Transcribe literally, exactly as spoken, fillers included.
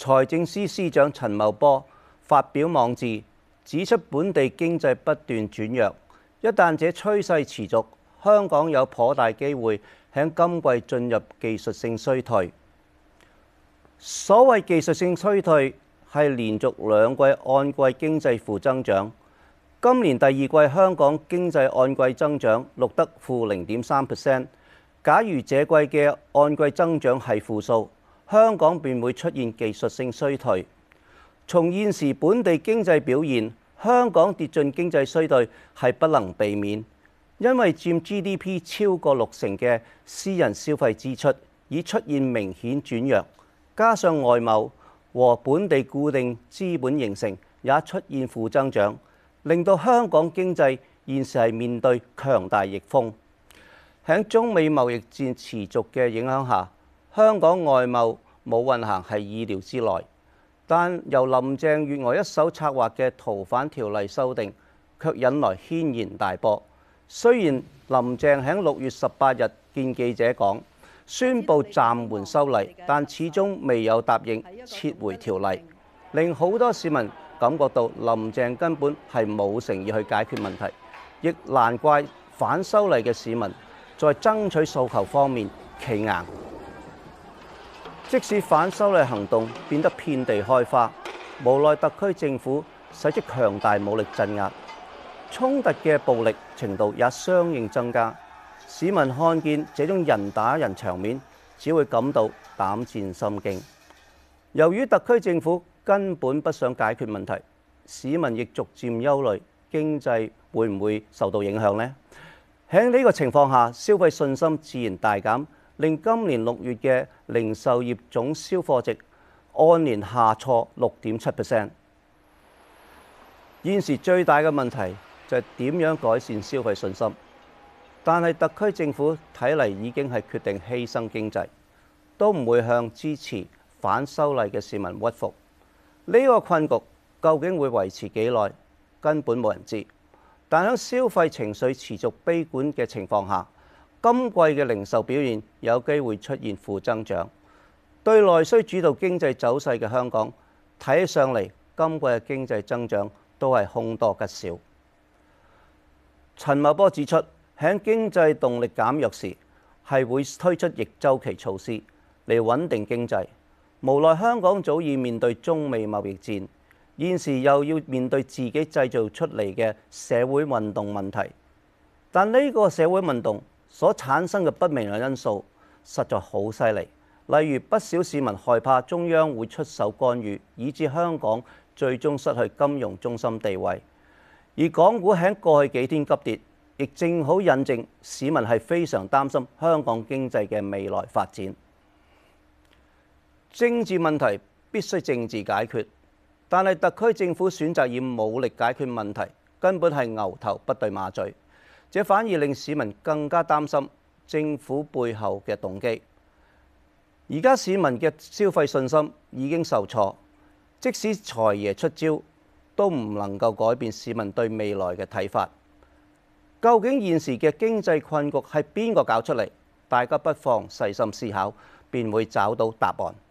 財政司司長陳茂波發表網誌，指出本地經濟不斷轉弱，一旦這趨勢持續，香港有頗大機會喺今季進入技術性衰退。所謂技術性衰退係連續兩季按季經濟負增長。今年第二季香港經濟按季增長錄得負零點三 percent。假如這季嘅按季增長係負數，香港便會出現技術性衰退。從現時本地經濟表現，香港跌進經濟衰退係不能避免，因為佔 G D P 超過六成嘅私人消費支出已出現明顯轉弱，加上外貿和本地固定資本形成也出現負增長，令到香港經濟現時係面對強大逆風。喺中美貿易戰持續嘅影響下，香港外貿冇運行係意料之內。但由林鄭月娥一手策劃嘅逃犯條例修訂，卻引來軒然大波。雖然林鄭喺六月十八日見記者講，宣布暫緩修例，但始終未有答應撤回條例，令好多市民感覺到林鄭根本係冇誠意去解決問題，亦難怪反修例嘅市民在爭取訴求方面企硬。即使反修例行動變得遍地開花，無奈特區政府使出強大武力鎮壓，衝突嘅暴力程度也相應增加。市民看見這種人打人場面，只會感到膽戰心驚。由於特區政府根本不想解決問題，市民亦逐漸憂慮經濟會唔會受到影響呢？喺呢個情況下，消費信心自然大減，令今年六月嘅零售業總銷貨值按年下挫六點七 percent。現時最大嘅問題就係點樣改善消費信心，但係特區政府睇嚟已經係決定犧牲經濟，都唔會向支持反修例嘅市民屈服。呢個困局究竟會維持幾耐，根本冇人知。但喺消費情緒持續悲觀嘅情況下，今季嘅零售表現有機會出現負增長。對內需主導經濟走勢嘅香港，睇起上嚟今季嘅經濟增長都係凶多吉少。陳茂波指出，喺經濟動力減弱時，係會推出逆周期措施嚟穩定經濟。無奈香港早已面對中美貿易戰，現時又要面對自己製造出嚟嘅社會運動問題，但呢個社會運動所產生嘅不明朗因素實在好犀利。例如不少市民害怕中央會出手干預，以致香港最終失去金融中心地位。而港股喺過去幾天急跌，亦正好印證市民係非常擔心香港經濟嘅未來發展。政治問題必須政治解決，但係特區政府選擇以武力解決問題，根本係牛頭不對馬嘴，這反而令市民更加擔心政府背後嘅動機。而家市民嘅消費信心已經受挫，即使財爺出招，都唔能夠改變市民對未來嘅睇法。究竟現時嘅經濟困局係邊個搞出嚟？大家不妨細心思考，便會找到答案。